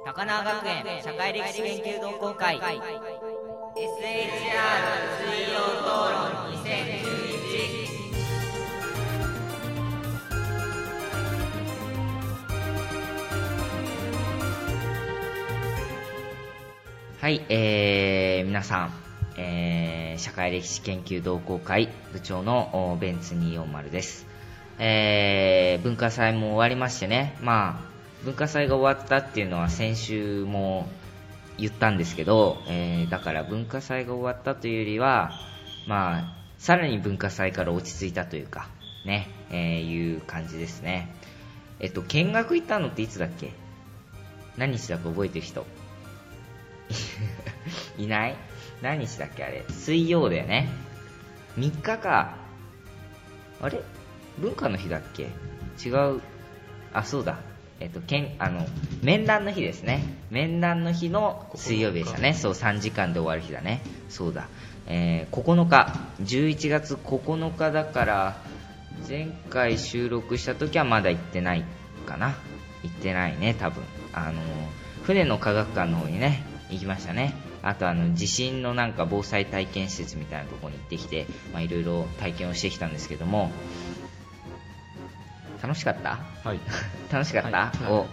高輪学園社会歴史研究同好会 SHR 水曜討論2011。はい、皆さん、社会歴史研究同好会部長のベンツ240です。文化祭も終わりましてね、文化祭が終わったっていうのは先週も言ったんですけど、だから文化祭が終わったというよりは、さらに文化祭から落ち着いたというかね、いう感じですね。見学行ったのっていつだっけ？何日だか覚えてる人いない？何日だっけあれ？水曜だよね。3日か。あれ？文化の日だっけ？違う。あ、そうだ。面談の日ですね。面談の日の水曜日でしたね。そう、3時間で終わる日だね。そうだ。9日、11月9日だから、前回収録した時はまだ行ってないかな。行ってないね、多分。船の科学館の方にね、行きましたね。あと地震のなんか防災体験施設みたいなところに行ってきて、いろいろ体験をしてきたんですけども、楽しかった？はい。楽しかった？はい、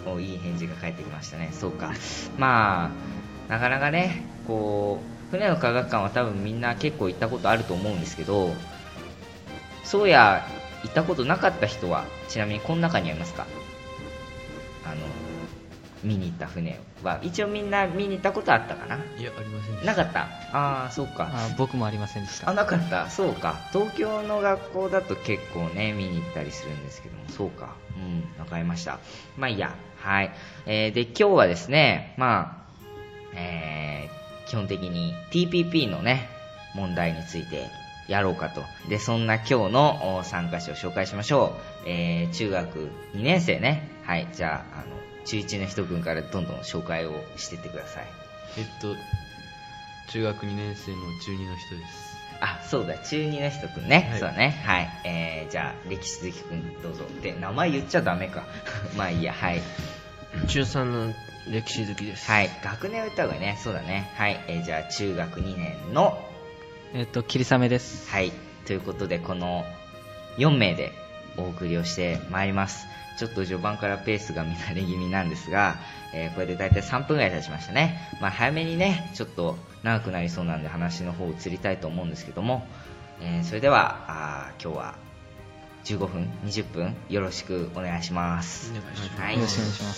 おいい返事が返ってきましたね。そうか。なかなかね、船の科学館は多分みんな結構行ったことあると思うんですけど、そうや行ったことなかった人はちなみにこの中にはいますか？見に行った船は一応みんな見に行ったことあったかな？ いや、ありませんでした。 なかった。ああ、そうか。 僕もありませんでした。 なかった。そうか。東京の学校だと結構ね見に行ったりするんですけども、そうか。わかりました。いいや。はい。で今日はですね、基本的に TPP のね問題についてやろうかと。でそんな今日の参加者を紹介しましょう。中学2年生ね。はい。じゃあ中1の人君からどんどん紹介をしていってください。 中学2年生の中2の人です。 あ、そうだ、中2の人君ね。はい、そうだね。はい。じゃあ歴史好き君どうぞ。で名前言っちゃダメか。いいや。はい。 中3の歴史好きです。 はい。学年を言った方がいいね。そうだね。はい。じゃあ中学2年の霧雨です。 はい。ということでこの4名でお送りをしてまいります。ちょっと序盤からペースが乱れ気味なんですが、これでだいたい3分ぐらい経ちましたね。早めにねちょっと長くなりそうなんで話の方を移りたいと思うんですけども、それでは今日は15分20分よろしくお願いします。 よろしくお願いします。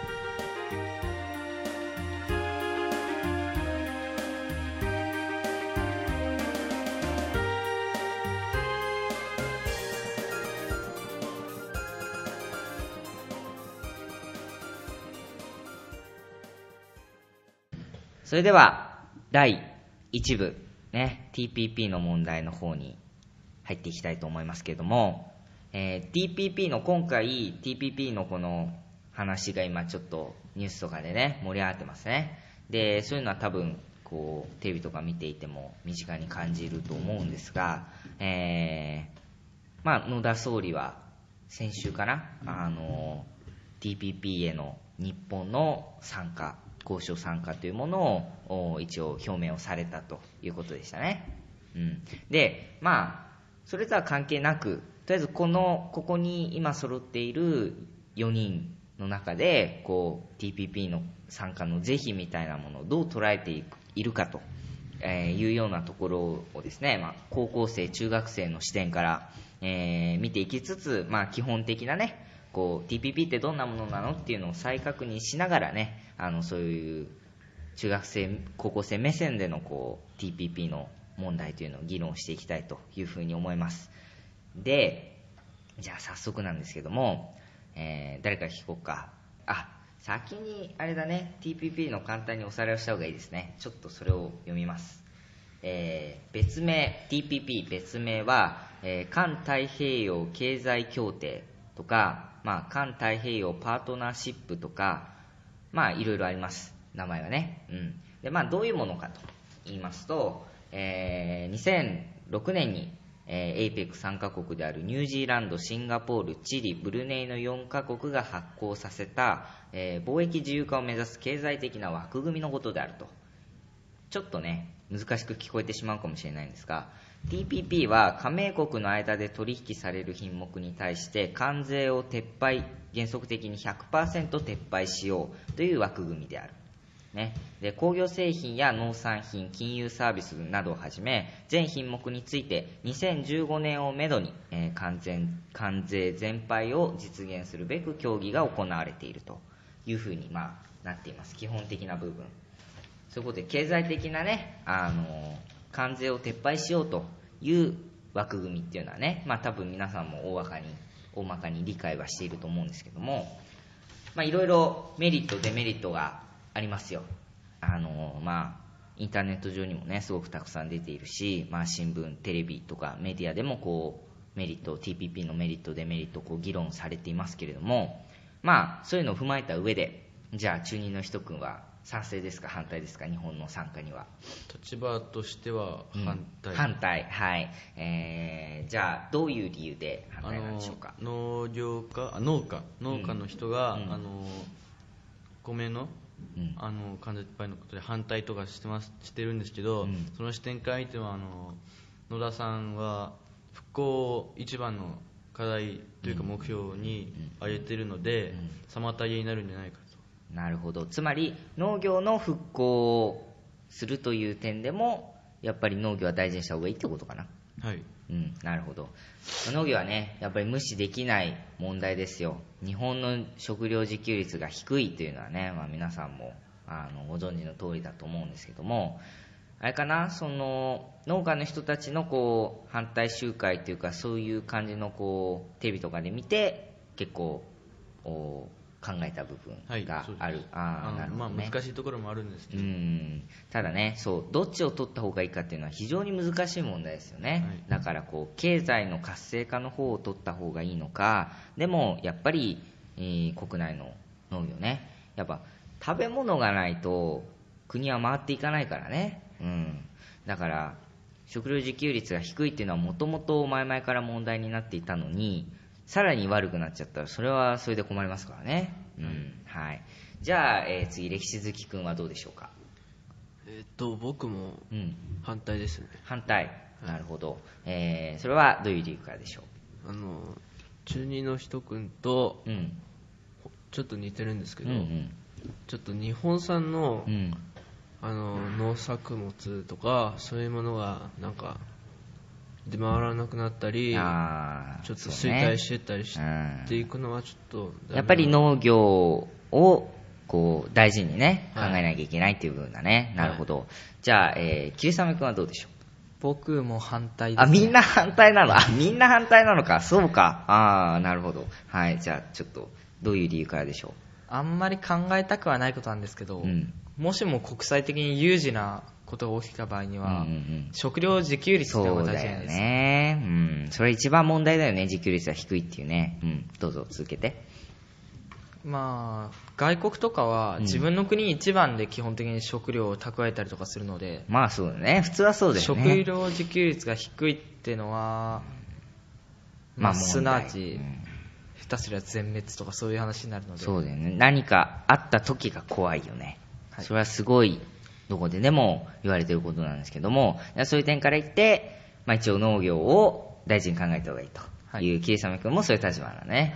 それでは第1部ね TPP の問題の方に入っていきたいと思いますけれども、TPP の今回 TPP のこの話が今ちょっとニュースとかでね盛り上がってますね。でそういうのは多分テレビとか見ていても身近に感じると思うんですが、野田総理は先週かなTPP への日本の参加交渉参加というものを一応表明をされたということでしたね。でそれとは関係なくとりあえずここに今揃っている4人の中でTPP の参加の是非みたいなものをどう捉えているかというようなところをですね、高校生中学生の視点から、見ていきつつ、基本的なねTPP ってどんなものなのっていうのを再確認しながらねそういう中学生高校生目線でのTPP の問題というのを議論していきたいというふうに思います。でじゃあ早速なんですけども、誰から聞こうか。先にあれだね TPP の簡単におさらいをした方がいいですね。ちょっとそれを読みます。別名 TPP 別名は、環太平洋経済協定とか環太平洋パートナーシップとかいろいろあります名前はね。でどういうものかと言いますと、2006年に、 APEC 参加国であるニュージーランド、シンガポール、チリ、ブルネイの4カ国が発効させた、貿易自由化を目指す経済的な枠組みのことであると。ちょっとね、難しく聞こえてしまうかもしれないんですが、TPP は加盟国の間で取引される品目に対して関税を撤廃、原則的に 100% 撤廃しようという枠組みである。ね、で工業製品や農産品、金融サービスなどをはじめ全品目について2015年をめどに、関税全廃を実現するべく協議が行われているというふうに、なっています。基本的な部分、そういうことで経済的なね、関税を撤廃しようという枠組みっていうのはね、多分皆さんも大まかに理解はしていると思うんですけども、いろいろメリットデメリットがありますよ。インターネット上にもねすごくたくさん出ているし、新聞、テレビとかメディアでもこうメリット、 TPP のメリットデメリット議論されていますけれども、そういうのを踏まえた上で、じゃあ中2の人くんは賛成ですか反対ですか、日本の参加には。 立場としては反対、 反対、はい。じゃあどういう理由で反対なんでしょうか。 農家の人が、米の関税撤廃のことで反対とかしてるんですけど、その視点から見ても野田さんは復興を一番の課題というか目標に挙げているので、妨げになるんじゃないかと。 なるほど。つまり農業の復興をするという点でもやっぱり農業は大事にした方がいいってことかな。 はい、 なるほど。農業はねやっぱり無視できない問題ですよ。日本の食料自給率が低いというのはね、皆さんもご存知の通りだと思うんですけども、あれかな、その農家の人たちの反対集会というか、そういう感じのテレビとかで見て結構考えた部分がある。なるほどね。 難しいところもあるんですけど、 ただね、どっちを取った方がいいかっていうのは非常に難しい問題ですよね。だから経済の活性化の方を取った方がいいのか、でもやっぱり、国内の農業ね、やっぱ食べ物がないと国は回っていかないからね。だから食料自給率が低いっていうのはもともと前々から問題になっていたのに、さらに悪くなっちゃったらそれはそれで困りますからね。はい。じゃあ、次歴史好きくんはどうでしょうか。 僕も反対ですね。 反対。なるほど。それはどういう理由からでしょう。 中2の人くんとちょっと似てるんですけど、ちょっと日本産の、農作物とかそういうものがなんか出回らなくなったり、ちょっと衰退してたりしていくのはちょっと、やっぱり農業を大事にね考えなきゃいけないっていう部分だね。なるほど。じゃあ、桐雨くんはどうでしょう。 僕も反対ですね。 みんな反対なの。みんな反対なのか。そうか。なるほど。はい。じゃあちょっとどういう理由からでしょう。 あんまり考えたくはないことなんですけど、もしも国際的に有事なことが起きた場合には、食料自給率っていうのが大事なんです。そうだよね。それ一番問題だよね。自給率が低いっていうね。どうぞ続けて。 外国とかは自分の国一番で基本的に食料を蓄えたりとかするので、 そうだね。普通はそうだよね。 食料自給率が低いっていうのは、すなわち、下手すりゃ全滅とかそういう話になるので。 そうだよね。何かあった時が怖いよね。それはすごいどこででも言われていることなんですけども、そういう点から言って、一応農業を大事に考えた方がいいという、桐雨君もそういう立場だね。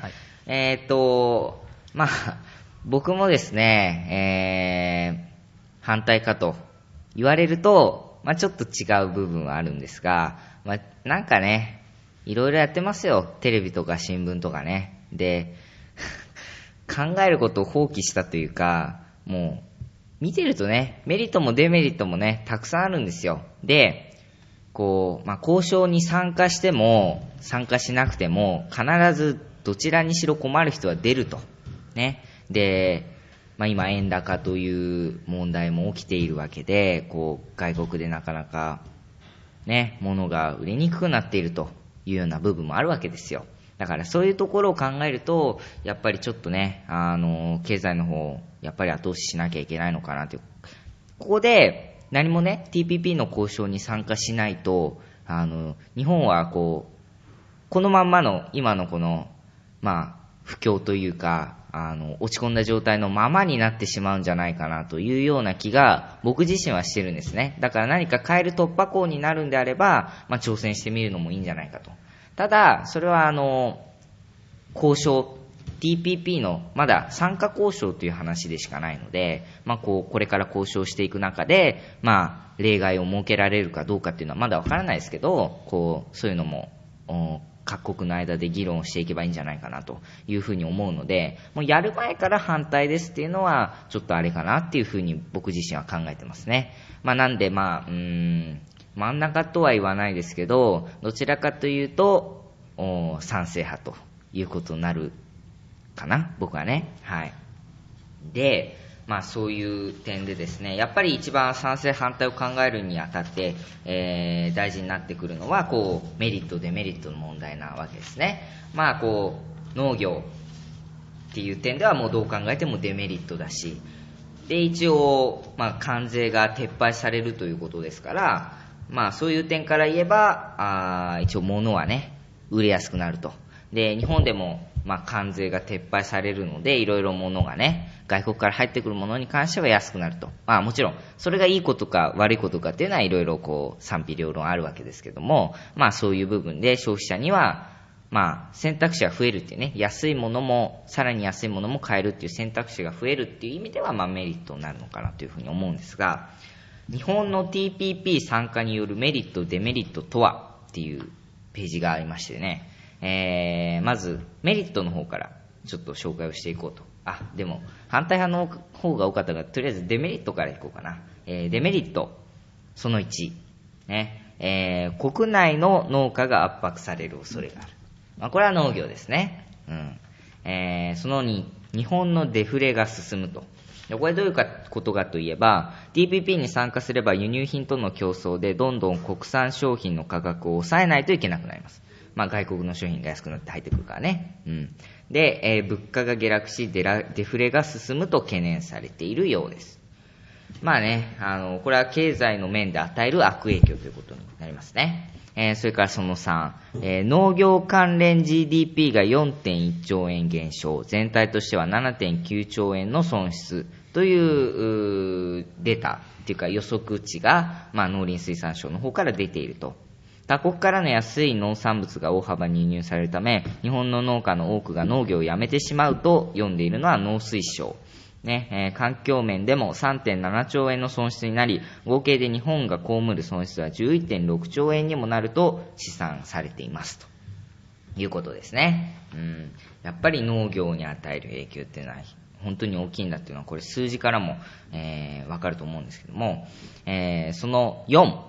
僕もですね、反対かと言われると、ちょっと違う部分はあるんですが、なんかね、いろいろやってますよ。テレビとか新聞とかね。で、考えることを放棄したというか、もう、見てるとね、メリットもデメリットもね、たくさんあるんですよ。で、交渉に参加しても、参加しなくても、必ずどちらにしろ困る人は出ると。ね。で、今円高という問題も起きているわけで、外国でなかなか、ね、物が売れにくくなっているというような部分もあるわけですよ。だからそういうところを考えると、やっぱりちょっとね、経済の方、やっぱり後押ししなきゃいけないのかなという。ここで何もね、TPP の交渉に参加しないと、 日本はこのまんまの今のこの、不況というか、落ち込んだ状態のままになってしまうんじゃないかなというような気が僕自身はしてるんですね。だから何か変える突破口になるんであれば、挑戦してみるのもいいんじゃないかと。ただ、それは交渉、TPP のまだ参加交渉という話でしかないので、これから交渉していく中で、例外を設けられるかどうかっていうのはまだわからないですけど、そういうのも、各国の間で議論をしていけばいいんじゃないかなというふうに思うので、もうやる前から反対ですっていうのはちょっとあれかなっていうふうに僕自身は考えてますね。なんで真ん中とは言わないですけど、どちらかというと賛成派ということになるかな、僕はね。はい。で、そういう点でですね、やっぱり一番賛成反対を考えるにあたって、大事になってくるのはメリットデメリットの問題なわけですね。農業っていう点ではもうどう考えてもデメリットだし、で一応関税が撤廃されるということですから、そういう点から言えば一応物はね売れやすくなると。で日本でも関税が撤廃されるので、いろいろ物がね、外国から入ってくるものに関しては安くなると。もちろん、それがいいことか悪いことかっていうのはいろいろ賛否両論あるわけですけども、そういう部分で消費者には、選択肢が増えるっていうね、安いものも、さらに安いものも買えるっていう選択肢が増えるっていう意味では、メリットになるのかなというふうに思うんですが、日本の TPP 参加によるメリット、デメリットとはっていうページがありましてね、まずメリットの方からちょっと紹介をしていこうと。でも反対派の方が多かったが、とりあえずデメリットからいこうかな。デメリットその1、ね、国内の農家が圧迫される恐れがある。これは農業ですね。その2、日本のデフレが進むと。これどういうことかといえば、 TPP に参加すれば輸入品との競争でどんどん国産商品の価格を抑えないといけなくなります。外国の商品が安くなって入ってくるからね。で、物価が下落しデフレが進むと懸念されているようです。これは経済の面で与える悪影響ということになりますね。それからその3、農業関連 GDP が 4.1 兆円減少、全体としては 7.9 兆円の損失というデータっていうか予測値が、農林水産省の方から出ていると。他国からの安い農産物が大幅に輸入されるため、日本の農家の多くが農業をやめてしまうと読んでいるのは農水省。環境面でも 3.7 兆円の損失になり、合計で日本が被る損失は 11.6 兆円にもなると試算されていますということですね。やっぱり農業に与える影響っていうのは本当に大きいんだっていうのはこれ数字からも、わかると思うんですけども、その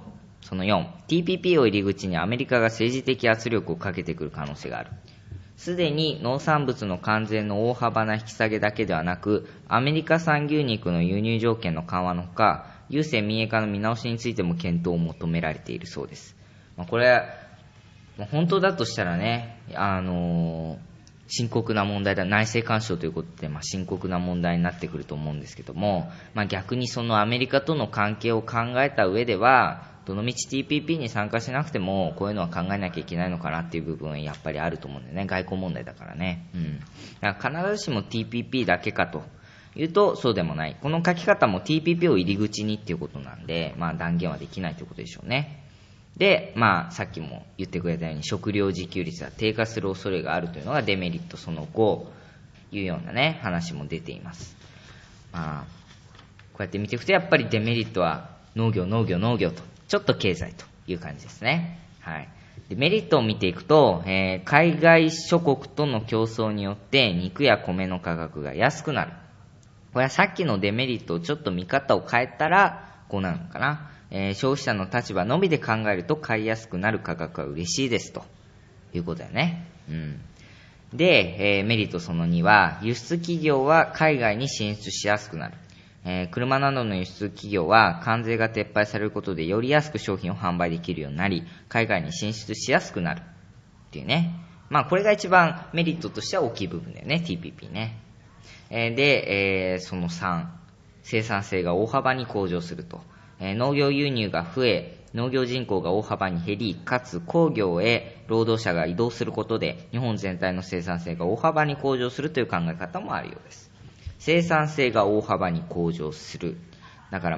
4、TPP を入り口にアメリカが政治的圧力をかけてくる可能性がある。すでに農産物の関税の大幅な引き下げだけではなく、アメリカ産牛肉の輸入条件の緩和のほか、郵政民営化の見直しについても検討を求められているそうです。これは本当だとしたらね、深刻な問題だ。内政干渉ということで、深刻な問題になってくると思うんですけども、逆にそのアメリカとの関係を考えた上では、どのみち TPP に参加しなくてもこういうのは考えなきゃいけないのかなっていう部分はやっぱりあると思うんだよね。外交問題だからね。だから必ずしも TPP だけかというとそうでもない。この書き方も TPP を入り口にっていうことなんで、断言はできないということでしょうね。で、さっきも言ってくれたように食料自給率が低下する恐れがあるというのがデメリットその5というようなね話も出ています。こうやって見ていくとやっぱりデメリットは農業とちょっと経済という感じですね。でメリットを見ていくと、海外諸国との競争によって肉や米の価格が安くなる。これはさっきのデメリットをちょっと見方を変えたらこうなるのかな。消費者の立場のみで考えると買いやすくなる価格は嬉しいですということだよね。で、メリットその2は輸出企業は海外に進出しやすくなる。車などの輸出企業は関税が撤廃されることでより安く商品を販売できるようになり、海外に進出しやすくなるっていうね。これが一番メリットとしては大きい部分だよね、 TPP ね。で、その3、生産性が大幅に向上すると。農業輸入が増え、 農業人口が大幅に減り、かつ工業へ労働者が移動することで、日本全体の生産性が大幅に向上するという考え方もあるようです。生産性が大幅に向上する。だから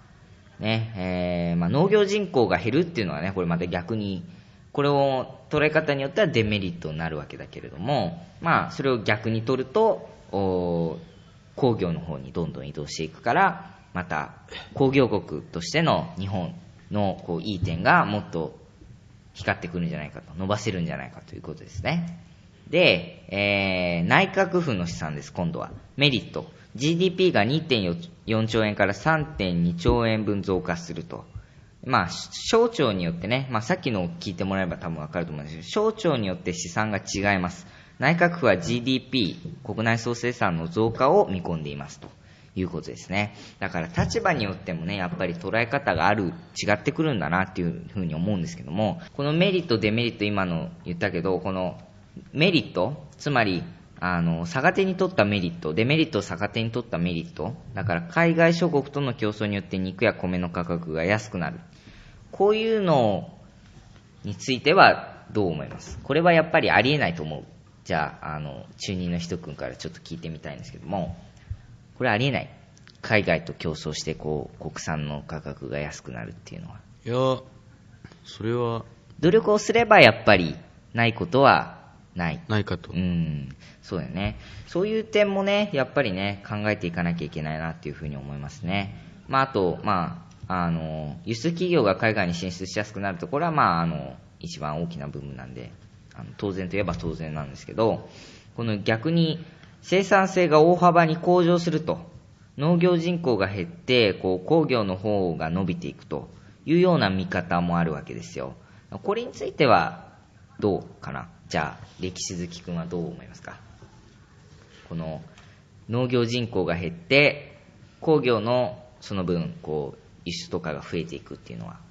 農業人口が減るっていうのはね、これまた逆に、これを捉え方によってはデメリットになるわけだけれども、それを逆に取ると、工業の方にどんどん移動していくから、また工業国としての日本のいい点がもっと光ってくるんじゃないかと、伸ばせるんじゃないかということですね。で、内閣府の試算です。今度はメリット。GDP が 2.4 兆円から 3.2 兆円分増加すると。省庁によってね、さっきのを聞いてもらえば多分わかると思うんですけど、省庁によって試算が違います。内閣府は GDP、国内総生産の増加を見込んでいますということですね。だから立場によってもね、やっぱり捉え方が違ってくるんだなっていうふうに思うんですけども、このメリット、デメリット今の言ったけど、このメリット、つまり、逆手に取ったメリット、デメリットを逆手に取ったメリット、だから海外諸国との競争によって肉や米の価格が安くなる。こういうのについてはどう思います？これはやっぱりありえないと思う。じゃあ、中2の人くんからちょっと聞いてみたいんですけども、これありえない。海外と競争して国産の価格が安くなるっていうのは。 いや、それは。 努力をすればやっぱりないことはない。 ないかと。 そうだよね。そういう点もね、やっぱりね、考えていかなきゃいけないなっていうふうに思いますね。あと、輸出企業が海外に進出しやすくなるところは、一番大きな部分なんで、当然といえば当然なんですけど、この逆に生産性が大幅に向上すると、農業人口が減って、工業の方が伸びていくというような見方もあるわけですよ。これについてはどうかな。じゃあ、歴史好きくんはどう思いますか？この農業人口が減って、工業のその分、輸出とかが増えていくっていうのは。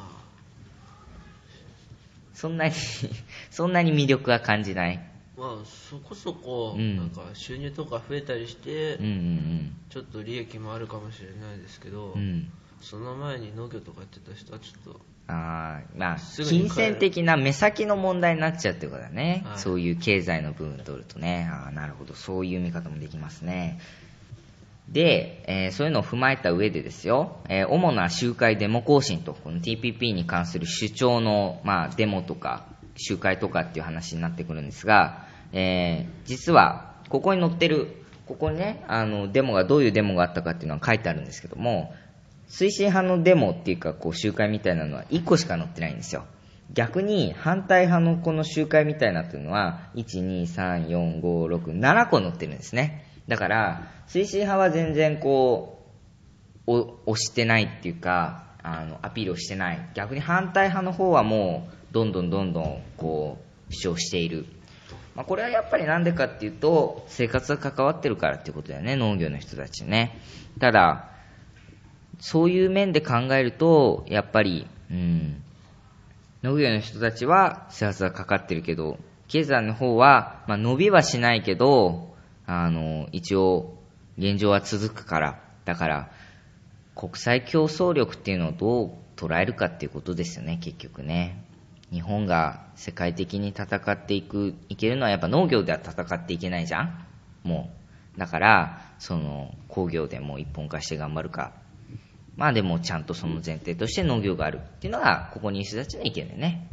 そんなに魅力は感じない。 そこそこ、なんか収入とか増えたりして、ちょっと利益もあるかもしれないですけど、その前に農業とかやってた人はちょっと、 金銭的な目先の問題になっちゃうってことだね。そういう経済の部分取るとね。なるほど。そういう見方もできますね。で、そういうのを踏まえた上でですよ、主な集会デモ行進と、この TPP に関する主張の、デモとか、集会とかっていう話になってくるんですが、実は、ここに載ってる、ここにね、デモがどういうデモがあったかっていうのは書いてあるんですけども、推進派のデモっていうか、集会みたいなのは1個しか載ってないんですよ。逆に、反対派のこの集会みたいなっていうのは、1、2、3、4、5、6、7個載ってるんですね。だから、推進派は全然押してないっていうか、アピールをしてない。逆に反対派の方はもう、どんどん主張している。これはやっぱりなんでかっていうと、生活が関わってるからっていうことだよね、農業の人たちね。ただ、そういう面で考えると、やっぱり、農業の人たちは生活がかかってるけど、経済の方は、伸びはしないけど、一応、現状は続くから。だから、国際競争力っていうのをどう捉えるかっていうことですよね、結局ね。日本が世界的に戦っていけるのはやっぱ農業では戦っていけないじゃん？もう。だから、工業でもう一本化して頑張るか。でもちゃんとその前提として農業があるっていうのが、ここにいる人たちの意見だよね。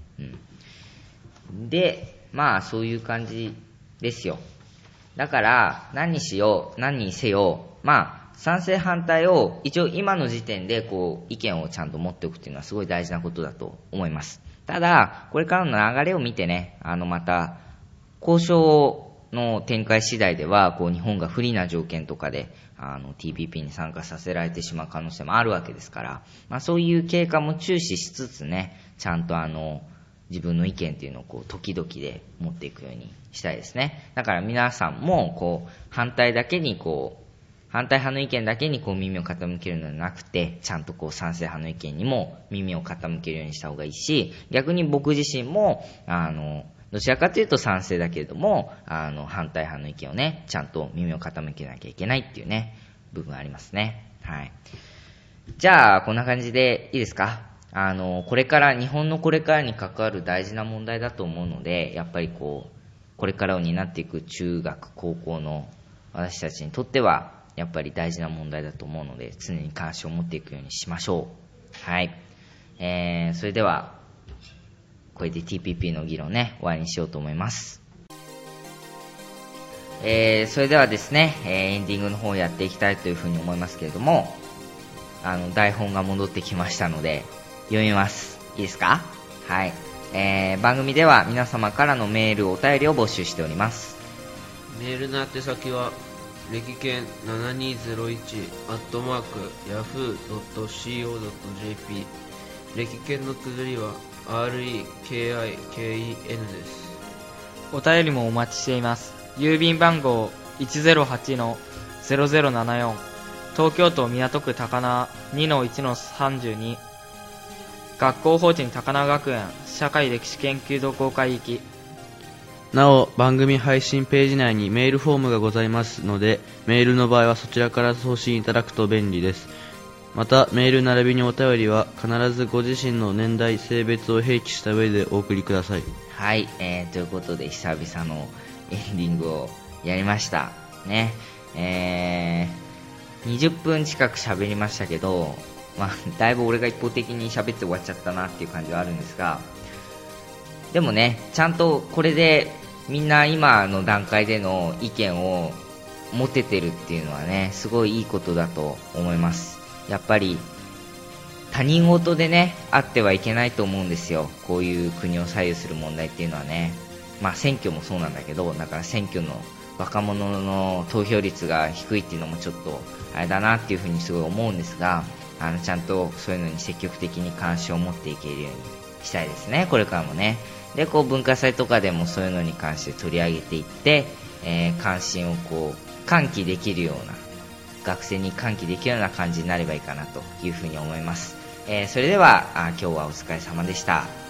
で、そういう感じですよ。だから、何にせよ、賛成反対を一応今の時点で意見をちゃんと持っておくっていうのはすごい大事なことだと思います。ただ、これからの流れを見てね、また、交渉の展開次第では、日本が不利な条件とかで、TPP に参加させられてしまう可能性もあるわけですから、そういう経過も注視しつつね、ちゃんと自分の意見っていうのを時々で持っていくようにしたいですね。だから皆さんも、反対派の意見だけに耳を傾けるのではなくて、ちゃんと賛成派の意見にも耳を傾けるようにした方がいいし、逆に僕自身も、どちらかというと賛成だけれども、反対派の意見をね、ちゃんと耳を傾けなきゃいけないっていうね、部分ありますね。はい。じゃあ、こんな感じでいいですか？ これから、日本のこれからに関わる大事な問題だと思うので、やっぱりこれからを担っていく中学、高校の私たちにとっては、やっぱり大事な問題だと思うので、常に関心を持っていくようにしましょう。はい。それでは、これで TPP の議論ね、終わりにしようと思います。それではですね、エンディングの方をやっていきたいというふうに思いますけれども、台本が戻ってきましたので、読みます。いいですか？はい。番組では皆様からのメール、お便りを募集しております。 メールの宛先は、歴研7201@yahoo.co.jp、歴研の綴りは REKIKEN です。 お便りもお待ちしています。郵便番号 108-0074、東京都港区高輪 2-1-32、学校法人高輪学園社会歴史研究同好会行き。 なお、番組配信ページ内にメールフォームがございますので、メールの場合はそちらから送信いただくと便利です。また、メール並びにお便りは必ずご自身の年代、性別を併記した上でお送りください。 はい、ということで久々のエンディングをやりましたね。20分近く喋りましたけど、だいぶ俺が一方的に喋って終わっちゃったなっていう感じはあるんですが、でもね、ちゃんとこれでみんな今の段階での意見を持ててるっていうのはね、すごいいいことだと思います。やっぱり他人事でね、あってはいけないと思うんですよ。こういう国を左右する問題っていうのはね。選挙もそうなんだけど、だから選挙の若者の投票率が低いっていうのもちょっとあれだなっていうふうにすごい思うんですが、ちゃんとそういうのに積極的に関心を持っていけるようにしたいですね、これからもね。で、文化祭とかでもそういうのに関して取り上げていって、関心を喚起できるような、学生に喚起できるような感じになればいいかなというふうに思います。それでは今日はお疲れ様でした。